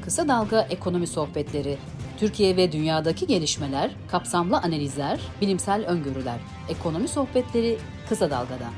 Kısa Dalga Ekonomi Sohbetleri. Türkiye ve dünyadaki gelişmeler, kapsamlı analizler, bilimsel öngörüler. Ekonomi Sohbetleri Kısa Dalga'da.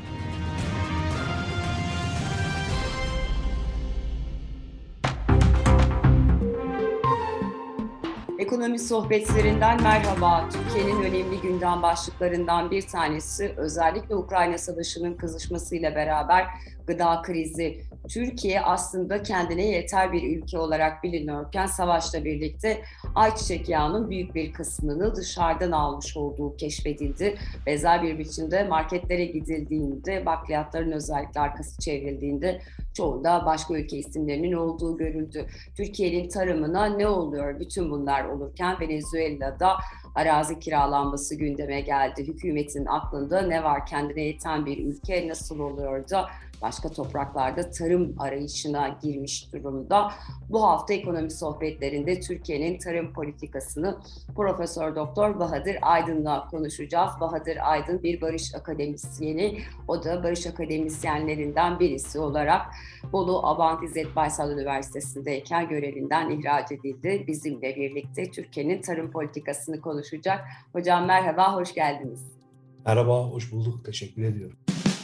Ekonomi sohbetlerinden merhaba. Türkiye'nin önemli gündem başlıklarından bir tanesi özellikle Ukrayna Savaşı'nın kızışmasıyla beraber gıda krizi. Türkiye aslında kendine yeter bir ülke olarak bilinirken savaşla birlikte ayçiçek yağının büyük bir kısmını dışarıdan almış olduğu keşfedildi. Benzer bir biçimde marketlere gidildiğinde, bakliyatların özellikle arkası çevrildiğinde çoğunda başka ülke isimlerinin olduğu görüldü. Türkiye'nin tarımına ne oluyor? Bütün bunlar olurken Venezuela'da arazi kiralanması gündeme geldi. Hükümetin aklında ne var? Kendine yeten bir ülke nasıl oluyor da başka topraklarda tarım arayışına girmiş durumda. Bu hafta ekonomi sohbetlerinde Türkiye'nin tarım politikasını Profesör Doktor Bahadır Aydın'la konuşacağız. Bahadır Aydın bir barış akademisyeni. O da barış akademisyenlerinden birisi olarak Bolu Abant İzzet Baysal Üniversitesi'ndeyken görevinden ihraç edildi. Bizimle birlikte Türkiye'nin tarım politikasını konuşacak. Hocam merhaba, hoş geldiniz. Merhaba, hoş bulduk. Teşekkür ediyorum.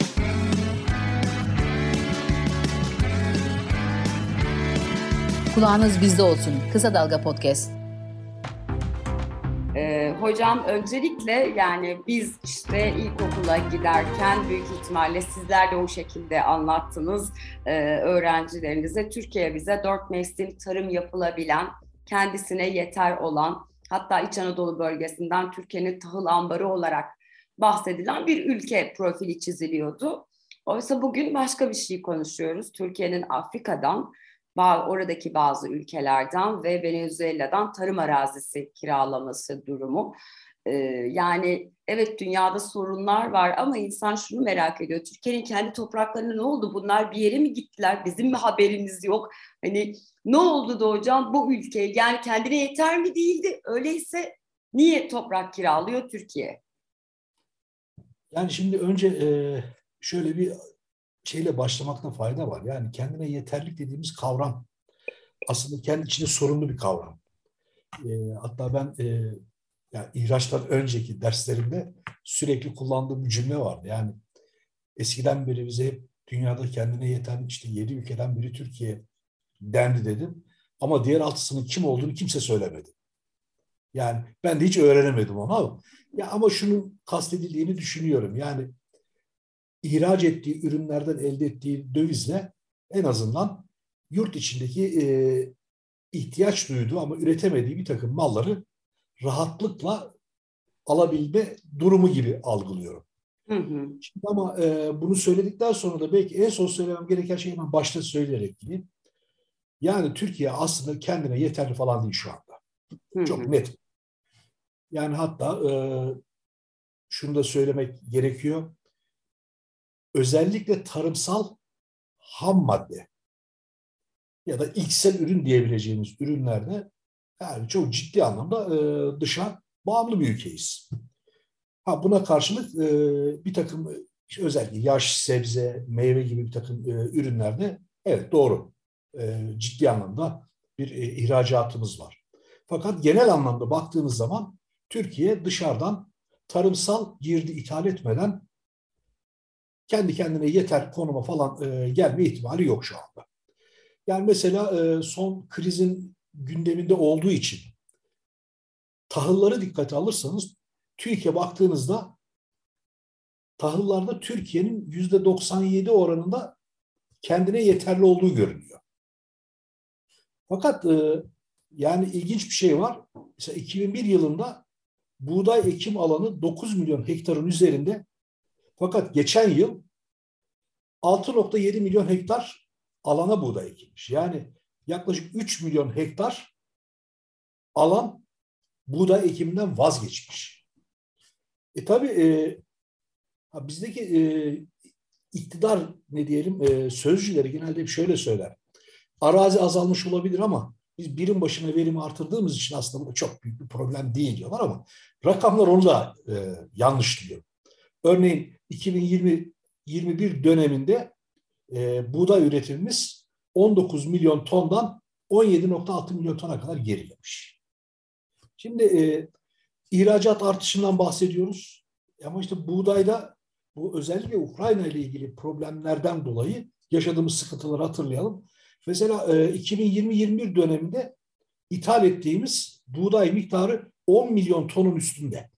Kulağınız bizde olsun. Kısa Dalga Podcast. Hocam öncelikle yani biz işte ilkokula giderken büyük ihtimalle sizler de o şekilde anlattınız öğrencilerinize. Türkiye bize 4 mevsim tarım yapılabilen, kendisine yeter olan, hatta İç Anadolu bölgesinden Türkiye'nin tahıl ambarı olarak bahsedilen bir ülke profili çiziliyordu. Oysa bugün başka bir şey konuşuyoruz. Türkiye'nin Afrika'dan, oradaki bazı ülkelerden ve Venezuela'dan tarım arazisi kiralaması durumu. Yani evet dünyada sorunlar var ama insan şunu merak ediyor. Türkiye'nin kendi topraklarına ne oldu? Bunlar bir yere mi gittiler? Bizim mi haberimiz yok? Hani ne oldu da hocam bu ülke? Yani kendine yeter mi değildi? Öyleyse niye toprak kiralıyor Türkiye? Yani şimdi önce şöyle bir şeyle başlamakta fayda var. Yani kendine yeterlik dediğimiz kavram aslında kendi içinde sorunlu bir kavram. Hatta ben yani ihraçtan önceki derslerimde sürekli kullandığım bir cümle vardı. Yani eskiden beri bize hep dünyada kendine yeten işte 7 ülkeden biri Türkiye dendi dedim. Ama diğer 6'sının kim olduğunu kimse söylemedi. Yani ben de hiç öğrenemedim onu ama şunun kastedildiğini düşünüyorum. Yani ihraç ettiği ürünlerden elde ettiği dövizle en azından yurt içindeki ihtiyaç duyduğu ama üretemediği bir takım malları rahatlıkla alabilme durumu gibi algılıyorum. Hı hı. Şimdi ama bunu söyledikten sonra da belki en son söylemem gereken şeyi ben başta söyleyerek gideyim. Yani Türkiye aslında kendine yeterli falan değil şu anda. Hı Çok hı. net. Yani hatta şunu da söylemek gerekiyor. Özellikle tarımsal ham madde ya da ilksel ürün diyebileceğimiz ürünlerde yani çok ciddi anlamda dışa bağımlı bir ülkeyiz. Buna karşılık bir takım özellikle yaş, sebze, meyve gibi bir takım ürünlerde evet doğru ciddi anlamda bir ihracatımız var. Fakat genel anlamda baktığımız zaman Türkiye dışarıdan tarımsal girdi ithal etmeden kendi kendine yeter konuma falan gelme ihtimali yok şu anda. Yani mesela son krizin gündeminde olduğu için tahılları dikkate alırsanız TÜİK'e baktığınızda tahıllarda Türkiye'nin %97 oranında kendine yeterli olduğu görünüyor. Fakat yani ilginç bir şey var. Mesela 2001 yılında buğday ekim alanı 9 milyon hektarın üzerinde. Fakat geçen yıl 6,7 milyon hektar alana buğday ekilmiş. Yani yaklaşık 3 milyon hektar alan buğday ekiminden vazgeçmiş. Tabii bizdeki iktidar ne diyelim sözcüleri genelde hep şöyle söyler. Arazi azalmış olabilir ama biz birim başına verimi artırdığımız için aslında bu çok büyük bir problem değil diyorlar ama rakamlar onu da yanlış diyor. Örneğin 2020-21 döneminde buğday üretimimiz 19 milyon tondan 17,6 milyon tona kadar gerilemiş. Şimdi ihracat artışından bahsediyoruz. Ama işte buğdayda bu özellikle Ukrayna ile ilgili problemlerden dolayı yaşadığımız sıkıntıları hatırlayalım. Mesela 2020-21 döneminde ithal ettiğimiz buğday miktarı 10 milyon tonun üstünde.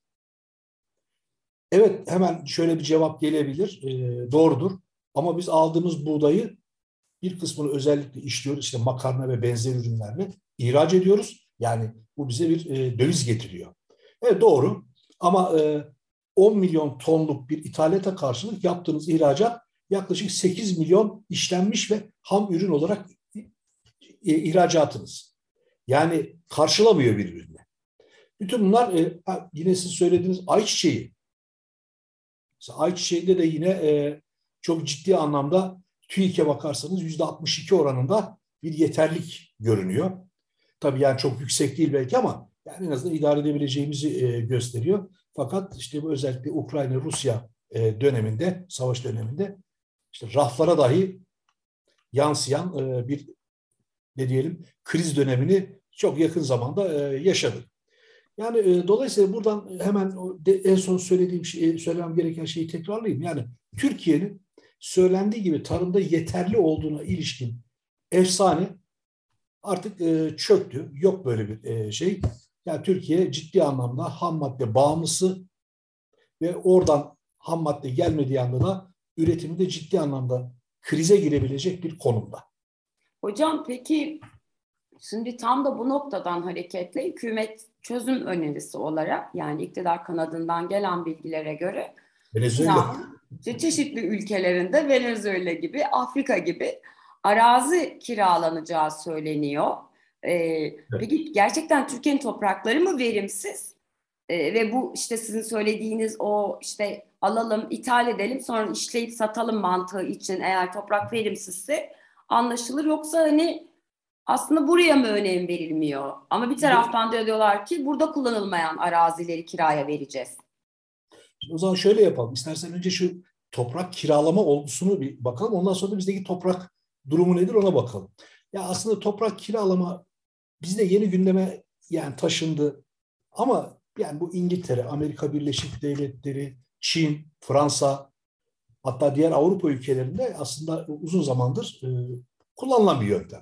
Evet, hemen şöyle bir cevap gelebilir. Doğrudur. Ama biz aldığımız buğdayı bir kısmını özellikle işliyoruz. İşte makarna ve benzer ürünlerle ihraç ediyoruz. Yani bu bize bir döviz getiriyor. Evet, doğru. Ama 10 milyon tonluk bir ithalata karşılık yaptığınız ihracat yaklaşık 8 milyon işlenmiş ve ham ürün olarak ihracatınız. Yani karşılamıyor birbirini. Bütün bunlar yine siz söylediğiniz ayçiçeği. Mesela ayçiçeğinde de yine çok ciddi anlamda TÜİK'e bakarsanız %62 oranında bir yeterlik görünüyor. Tabii yani çok yüksek değil belki ama yani en azından idare edebileceğimizi gösteriyor. Fakat işte bu özellikle Ukrayna-Rusya döneminde, savaş döneminde işte raflara dahi yansıyan bir ne diyelim kriz dönemini çok yakın zamanda yaşadık. Yani dolayısıyla buradan hemen en son söylemem gereken şeyi tekrarlayayım. Yani Türkiye'nin söylendiği gibi tarımda yeterli olduğuna ilişkin efsane artık çöktü. Yok böyle bir şey. Yani Türkiye ciddi anlamda ham madde bağımlısı ve oradan ham madde gelmediği anda da üretiminde ciddi anlamda krize girebilecek bir konumda. Hocam peki şimdi tam da bu noktadan hareketle hükümet çözüm önerisi olarak yani iktidar kanadından gelen bilgilere göre Venezuela. çeşitli ülkelerinde Venezuela gibi, Afrika gibi arazi kiralanacağı söyleniyor. Evet. Peki gerçekten Türkiye'nin toprakları mı verimsiz? Ve bu işte sizin söylediğiniz o işte alalım, ithal edelim, sonra işleyip satalım mantığı için eğer toprak verimsizse anlaşılır. Yoksa hani aslında buraya mı önem verilmiyor? Ama bir taraftan da diyorlar ki burada kullanılmayan arazileri kiraya vereceğiz. O zaman şöyle yapalım. İstersen önce şu toprak kiralama olgusunu bir bakalım. Ondan sonra da bizdeki toprak durumu nedir ona bakalım. Ya aslında toprak kiralama bizde yeni gündeme yani taşındı. Ama yani bu İngiltere, Amerika Birleşik Devletleri, Çin, Fransa hatta diğer Avrupa ülkelerinde aslında uzun zamandır kullanılan bir yöntem.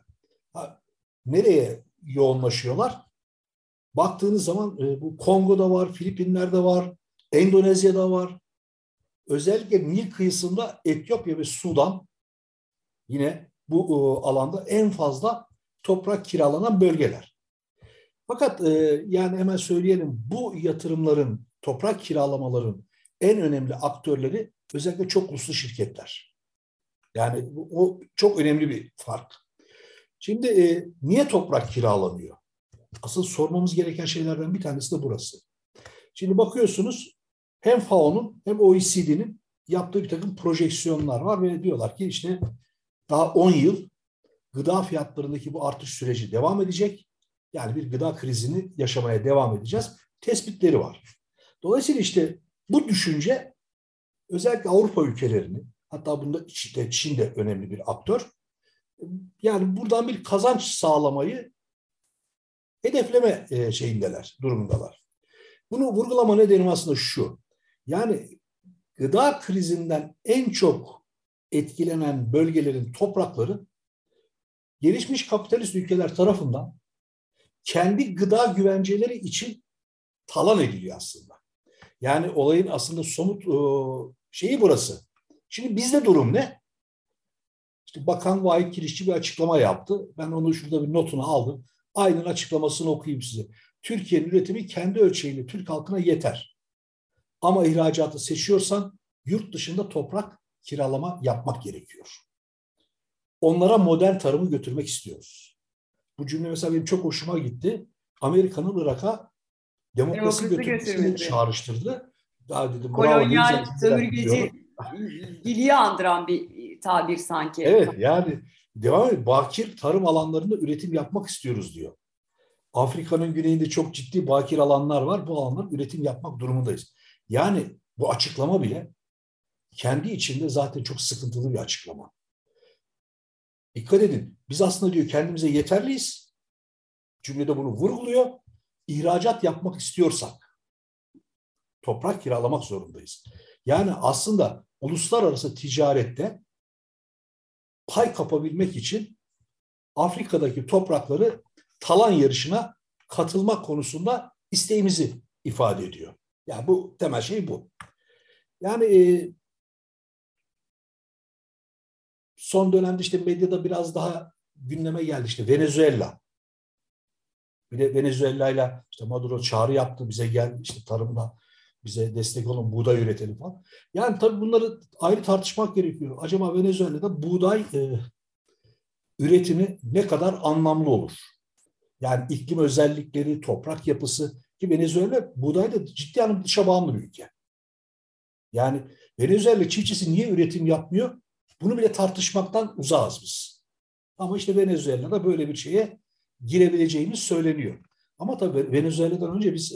Nereye yoğunlaşıyorlar? Baktığınız zaman bu Kongo'da var, Filipinler'de var, Endonezya'da var. Özellikle Nil kıyısında Etiyopya ve Sudan yine bu alanda en fazla toprak kiralanan bölgeler. Fakat yani hemen söyleyelim bu yatırımların, toprak kiralamaların en önemli aktörleri özellikle çok uluslu şirketler. Yani o çok önemli bir fark. Şimdi niye toprak kiralanıyor? Asıl sormamız gereken şeylerden bir tanesi de burası. Şimdi bakıyorsunuz hem FAO'nun hem OECD'nin yaptığı bir takım projeksiyonlar var ve diyorlar ki işte daha 10 yıl gıda fiyatlarındaki bu artış süreci devam edecek. Yani bir gıda krizini yaşamaya devam edeceğiz. Tespitleri var. Dolayısıyla işte bu düşünce özellikle Avrupa ülkelerini, hatta bunda işte Çin de önemli bir aktör. Yani buradan bir kazanç sağlamayı hedefleme durumundalar. Bunu vurgulama nedenim aslında şu. Yani gıda krizinden en çok etkilenen bölgelerin toprakları gelişmiş kapitalist ülkeler tarafından kendi gıda güvenceleri için talan ediliyor aslında. Yani olayın aslında somut şeyi burası. Şimdi bizde durum ne? İşte Bakan Vahit Kirişçi bir açıklama yaptı. Ben onu şurada bir notunu aldım. Aynen açıklamasını okuyayım size. Türkiye'nin üretimi kendi ölçeğiyle Türk halkına yeter. Ama ihracatı seçiyorsan yurt dışında toprak kiralama yapmak gerekiyor. Onlara modern tarımı götürmek istiyoruz. Bu cümle mesela benim çok hoşuma gitti. Amerika'nın Irak'a demokrasi götürmesini çağrıştırdı. Daha dedim bravo, ne güzel Kolonyal, cümleler kuruyor. sömürgeciliği andıran bir tabir sanki. Evet, yani devam ediyor. Bakir tarım alanlarında üretim yapmak istiyoruz diyor. Afrika'nın güneyinde çok ciddi bakir alanlar var. Bu alanlar üretim yapmak durumundayız. Yani bu açıklama bile kendi içinde zaten çok sıkıntılı bir açıklama. Dikkat edin. Biz aslında diyor kendimize yeterliyiz. Cümlede bunu vurguluyor. İhracat yapmak istiyorsak toprak kiralamak zorundayız. Yani aslında uluslararası ticarette pay kapabilmek için Afrika'daki toprakları talan yarışına katılmak konusunda isteğimizi ifade ediyor. Yani bu temel şey bu. Yani son dönemde işte medyada biraz daha gündeme geldi işte Venezuela. Bir de Venezuela'yla işte Maduro çağrı yaptı, bize gel işte tarımda bize destek olun, buğday üretelim falan. Yani tabii bunları ayrı tartışmak gerekiyor. Acaba Venezuela'da buğday üretimi ne kadar anlamlı olur? Yani iklim özellikleri, toprak yapısı ki Venezuela buğdayda ciddi anlamda dışa bağımlı bir ülke. Yani Venezuela çiftçisi niye üretim yapmıyor? Bunu bile tartışmaktan uzağız biz. Ama işte Venezuela'da böyle bir şeye girebileceğimiz söyleniyor. Ama tabii Venezuela'dan önce biz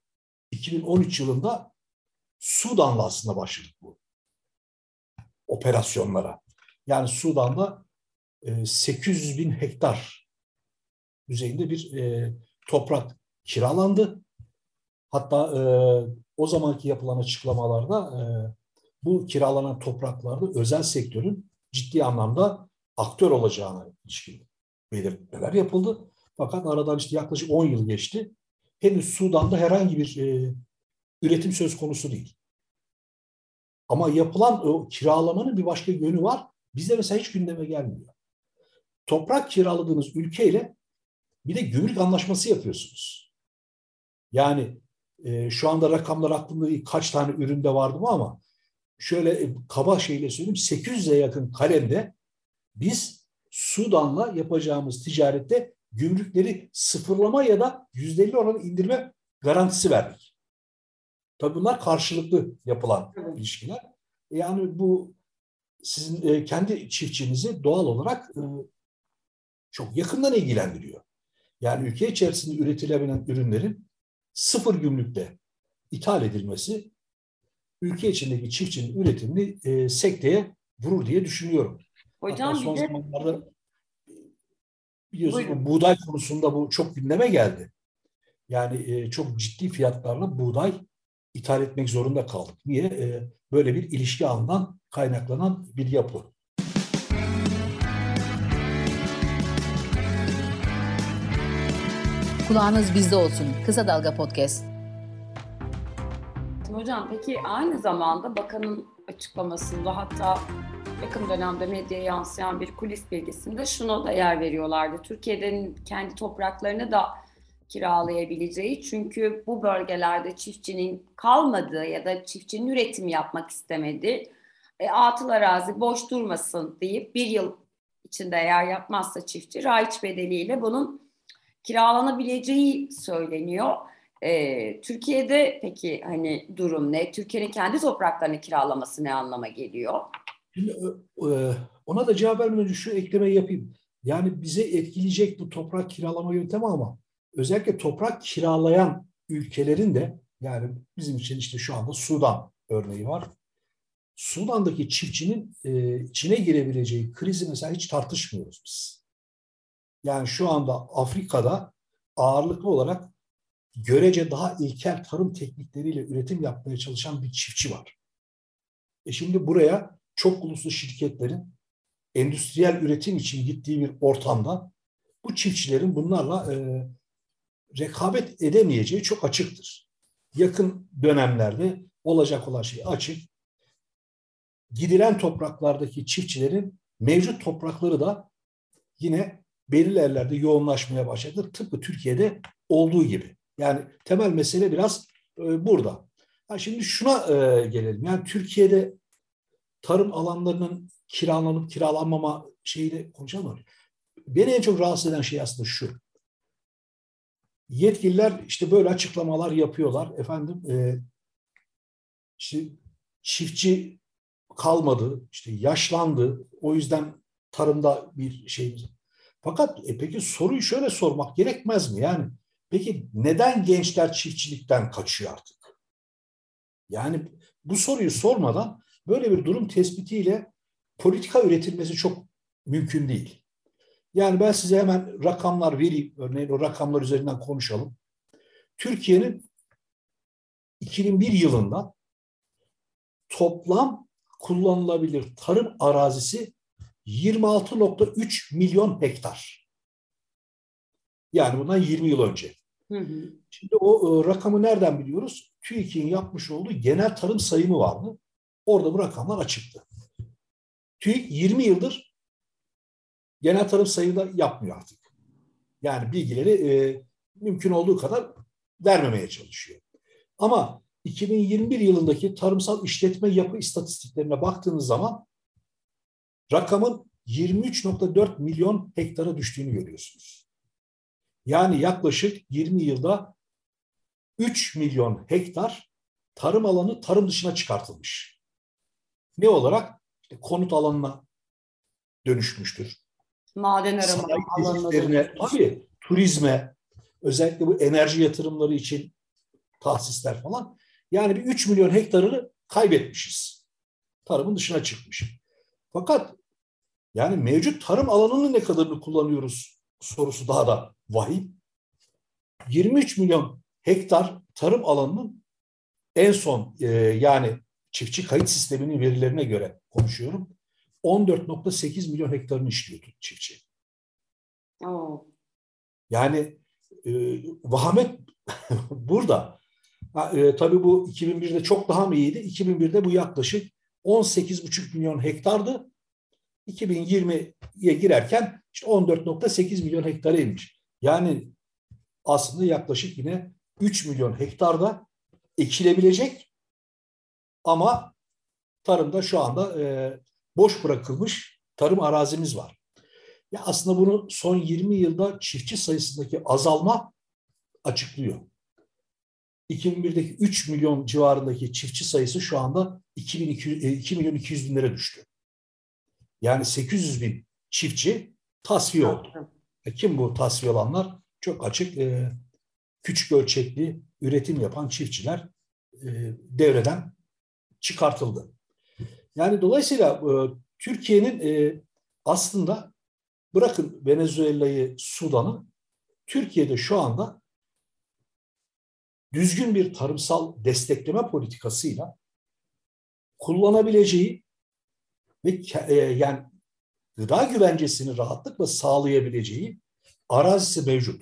2013 yılında Sudan'la aslında başladık bu operasyonlara. Yani Sudan'da 800 bin hektar düzeyinde bir toprak kiralandı. Hatta o zamanki yapılan açıklamalarda bu kiralanan topraklarda özel sektörün ciddi anlamda aktör olacağına ilişkin belirtmeler yapıldı. Fakat aradan işte yaklaşık 10 yıl geçti. Henüz Sudan'da herhangi bir üretim söz konusu değil. Ama yapılan o kiralamanın bir başka yönü var. Bizde mesela hiç gündeme gelmiyor. Toprak kiraladığınız ülkeyle bir de gümrük anlaşması yapıyorsunuz. Yani şu anda rakamlar aklımda değil, kaç tane üründe vardı mı ama şöyle kaba şeyle söyleyeyim, 800'e yakın kalemde biz Sudan'la yapacağımız ticarette gümrükleri sıfırlama ya da %50 oranı indirme garantisi verdik. Tabii bunlar karşılıklı yapılan ilişkiler. Yani bu sizin kendi çiftçinizi doğal olarak çok yakından ilgilendiriyor. Yani ülke içerisinde üretilebilen ürünlerin sıfır gümrükte ithal edilmesi ülke içindeki çiftçinin üretimini sekteye vurur diye düşünüyorum. Hocam hatta son bir de zamanlarda biliyorsunuz buyurun. buğday konusunda bu çok gündeme geldi. Yani çok ciddi fiyatlarla buğday ithal etmek zorunda kaldık. Niye? Böyle bir ilişki ağından kaynaklanan bir yapı. Kulağınız bizde olsun. Kısa Dalga Podcast. Hocam peki aynı zamanda bakanın açıklamasında, hatta yakın dönemde medyaya yansıyan bir kulis bilgisinde şuna da yer veriyorlardı. Türkiye'nin kendi topraklarını da kiralayabileceği, çünkü bu bölgelerde çiftçinin kalmadığı ya da çiftçinin üretim yapmak istemediği, atıl arazi boş durmasın deyip bir yıl içinde eğer yapmazsa çiftçi raiç bedeliyle bunun kiralanabileceği söyleniyor. Türkiye'de peki hani durum ne? Türkiye'nin kendi topraklarını kiralaması ne anlama geliyor? Şimdi ona da cevap vermeden önce şu eklemeyi yapayım. Yani bize etkileyecek bu toprak kiralama yöntemi ama özellikle toprak kiralayan ülkelerin de, yani bizim için işte şu anda Sudan örneği var. Sudan'daki çiftçinin içine girebileceği krizi mesela hiç tartışmıyoruz biz. Yani şu anda Afrika'da ağırlıklı olarak görece daha ilkel tarım teknikleriyle üretim yapmaya çalışan bir çiftçi var. Şimdi buraya çok uluslu şirketlerin endüstriyel üretim için gittiği bir ortamda bu çiftçilerin bunlarla rekabet edemeyeceği çok açıktır. Yakın dönemlerde olacak olan şey açık. Gidilen topraklardaki çiftçilerin mevcut toprakları da yine belirli yerlerde yoğunlaşmaya başladı. Tıpkı Türkiye'de olduğu gibi. Yani temel mesele biraz burada. Şimdi şuna gelelim. Yani Türkiye'de tarım alanlarının kiralanıp kiralanmama şeyiyle konuşalım mı? Beni en çok rahatsız eden şey aslında şu. Yetkililer işte böyle açıklamalar yapıyorlar. Efendim işte çiftçi kalmadı, işte yaşlandı. O yüzden tarımda bir şeyimiz. Fakat peki soruyu şöyle sormak gerekmez mi? Yani peki neden gençler çiftçilikten kaçıyor artık? Yani bu soruyu sormadan böyle bir durum tespitiyle politika üretilmesi çok mümkün değil. Yani ben size hemen rakamlar vereyim. Örneğin o rakamlar üzerinden konuşalım. Türkiye'nin 2001 yılında toplam kullanılabilir tarım arazisi 26,3 milyon hektar. Yani bundan 20 yıl önce. Hı hı. Şimdi o rakamı nereden biliyoruz? TÜİK'in yapmış olduğu genel tarım sayımı vardı. Orada bu rakamlar açıktı. TÜİK 20 yıldır genel tarım sayımı yapmıyor artık. Yani bilgileri mümkün olduğu kadar vermemeye çalışıyor. Ama 2021 yılındaki tarımsal işletme yapı istatistiklerine baktığınız zaman rakamın 23,4 milyon hektara düştüğünü görüyorsunuz. Yani yaklaşık 20 yılda 3 milyon hektar tarım alanı tarım dışına çıkartılmış. Ne olarak? İşte konut alanına dönüşmüştür. Maden arama Sanayi alanına tesislerine, tabii turizme, özellikle bu enerji yatırımları için tahsisler falan. Yani bir 3 milyon hektarını kaybetmişiz. Tarımın dışına çıkmış. Fakat yani mevcut tarım alanının ne kadarını kullanıyoruz sorusu daha da vahim. 23 milyon hektar tarım alanının en son yani çiftçi kayıt sisteminin verilerine göre konuşuyorum. 14,8 milyon hektarını işliyor çiftçi. Oo. Yani vahamet burada. Tabii bu 2001'de çok daha mı iyiydi? 2001'de bu yaklaşık 18,5 milyon hektardı. 2020'ye girerken işte 14,8 milyon hektara inmiş. Yani aslında yaklaşık yine 3 milyon hektarda ekilebilecek ama tarımda şu anda boş bırakılmış tarım arazimiz var. Ya aslında bunu son 20 yılda çiftçi sayısındaki azalma açıklıyor. 2001'deki 3 milyon civarındaki çiftçi sayısı şu anda 2 milyon 200 binlere düştü. Yani 800 bin çiftçi tasfiye oldu. Kim bu tasfiye olanlar? Çok açık, küçük ölçekli üretim yapan çiftçiler devreden çıkartıldı. Yani dolayısıyla Türkiye'nin aslında bırakın Venezuela'yı, Sudan'ı, Türkiye'de şu anda düzgün bir tarımsal destekleme politikasıyla kullanabileceği ve yani gıda güvencesini rahatlıkla sağlayabileceği arazisi mevcut.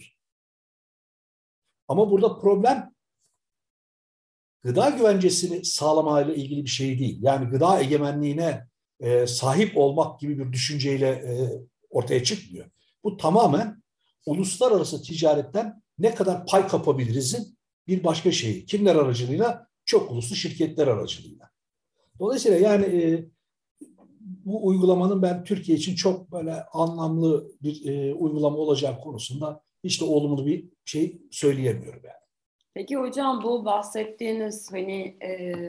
Ama burada problem gıda güvencesini sağlamayla ilgili bir şey değil. Yani gıda egemenliğine sahip olmak gibi bir düşünceyle ortaya çıkmıyor. Bu tamamen uluslararası ticaretten ne kadar pay kapabilirizin bir başka şeyi. Kimler aracılığıyla? Çok uluslu şirketler aracılığıyla. Dolayısıyla yani bu uygulamanın ben Türkiye için çok böyle anlamlı bir uygulama olacağı konusunda hiç de olumlu bir şey söyleyemiyorum yani. Peki hocam, bu bahsettiğiniz hani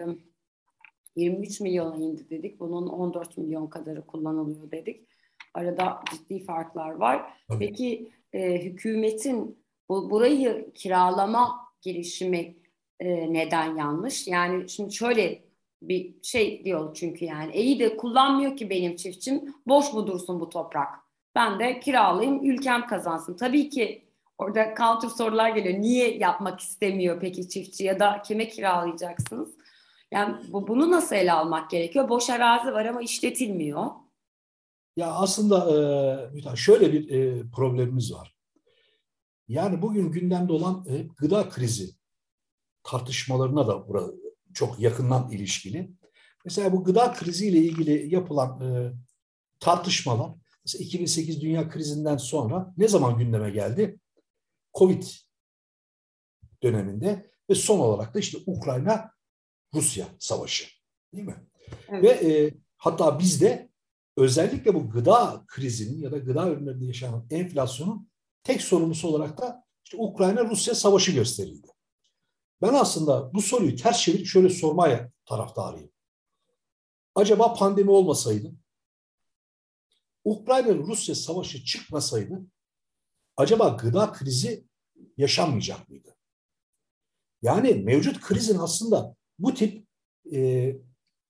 23 milyona indi dedik. Bunun 14 milyon kadarı kullanılıyor dedik. Arada ciddi farklar var. Tabii. Peki hükümetin burayı kiralama girişimi neden yanlış? Yani şimdi şöyle bir şey diyor, çünkü yani iyi de kullanmıyor ki benim çiftçim, boş mu dursun bu toprak? Ben de kiralayayım, ülkem kazansın. Tabii ki orada counter sorular geliyor. Niye yapmak istemiyor peki çiftçi, ya da kime kiralayacaksınız? Yani bunu nasıl ele almak gerekiyor? Boş arazi var ama işletilmiyor. Ya aslında şöyle bir problemimiz var. Yani bugün gündemde olan gıda krizi tartışmalarına da çok yakından ilişkili. Mesela bu gıda kriziyle ilgili yapılan tartışmalar, mesela 2008 dünya krizinden sonra ne zaman gündeme geldi? Covid döneminde ve son olarak da işte Ukrayna-Rusya savaşı, değil mi? Evet. Ve hatta bizde özellikle bu gıda krizinin ya da gıda ürünlerinde yaşanan enflasyonun tek sorumlusu olarak da işte Ukrayna-Rusya savaşı gösterildi. Ben aslında bu soruyu ters çevirip şöyle sormaya taraftarıyım. Acaba pandemi olmasaydı, Ukrayna-Rusya savaşı çıkmasaydı, acaba gıda krizi yaşanmayacak mıydı? Yani mevcut krizin aslında bu tip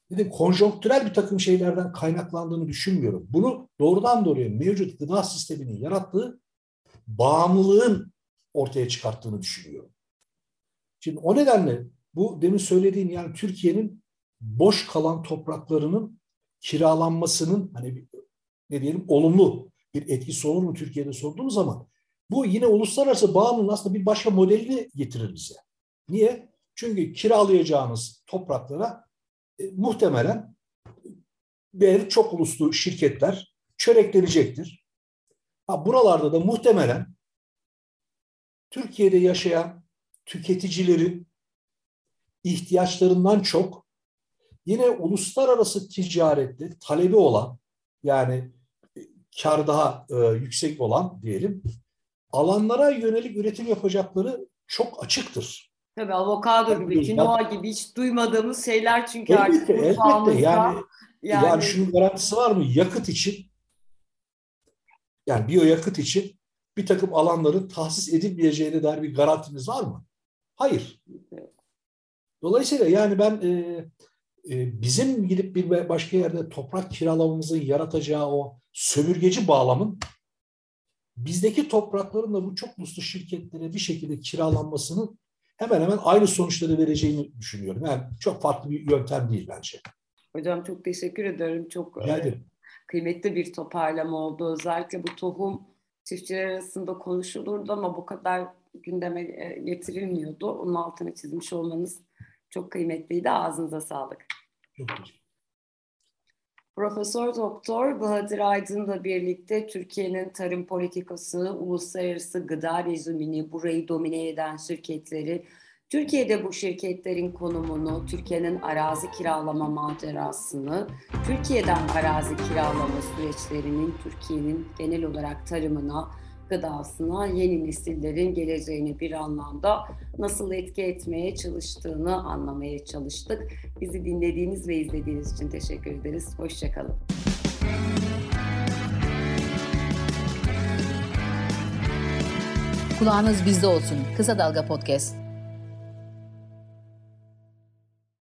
dedim konjonktürel bir takım şeylerden kaynaklandığını düşünmüyorum. Bunu doğrudan doğruya mevcut gıda sisteminin yarattığı bağımlılığın ortaya çıkarttığını düşünüyorum. Şimdi o nedenle bu demin söylediğim yani Türkiye'nin boş kalan topraklarının kiralanmasının hani ne diyelim olumlu bir etkisi olur mu Türkiye'de sorduğumuz zaman bu yine uluslararası bağımlılığın aslında bir başka modelini getirir bize. Niye? Çünkü kiralayacağınız topraklara muhtemelen çok uluslu şirketler çöreklenecektir. Buralarda da muhtemelen Türkiye'de yaşayan tüketicilerin ihtiyaçlarından çok yine uluslararası ticarette talebi olan yani kar daha yüksek olan diyelim alanlara yönelik üretim yapacakları çok açıktır. Tabii avokado gibi, kinoa gibi hiç duymadığımız şeyler çünkü elbette, artık mutfağımızda. Yani şunun garantisi var mı? Yakıt için yani biyoyakıt için bir takım alanların tahsis edilmeyeceğine dair bir garantimiz var mı? Hayır. Dolayısıyla yani ben bizim gidip bir başka yerde toprak kiralamamızın yaratacağı o sömürgeci bağlamın bizdeki toprakların da bu çok uluslu şirketlere bir şekilde kiralanmasının hemen hemen aynı sonuçları vereceğini düşünüyorum. Yani çok farklı bir yöntem değil bence. Hocam çok teşekkür ederim. Çok kıymetli bir toparlama oldu. Özellikle bu tohum çiftçiler arasında konuşulurdu ama bu kadar gündeme getirilmiyordu. Onun altını çizmiş olmanız çok kıymetliydi. Ağzınıza sağlık. Çok teşekkür. Profesör Doktor Bahadır Aydın'la birlikte Türkiye'nin tarım politikasını, uluslararası gıda rejimini, burayı domine eden şirketleri, Türkiye'de bu şirketlerin konumunu, Türkiye'nin arazi kiralama macerasını, Türkiye'den arazi kiralama süreçlerinin Türkiye'nin genel olarak tarımına, gıdasına, yeni nesillerin geleceğine bir anlamda nasıl etki etmeye çalıştığını anlamaya çalıştık. Bizi dinlediğiniz ve izlediğiniz için teşekkür ederiz. Hoşça kalın. Kulağınız bizde olsun. Kısa Dalga Podcast.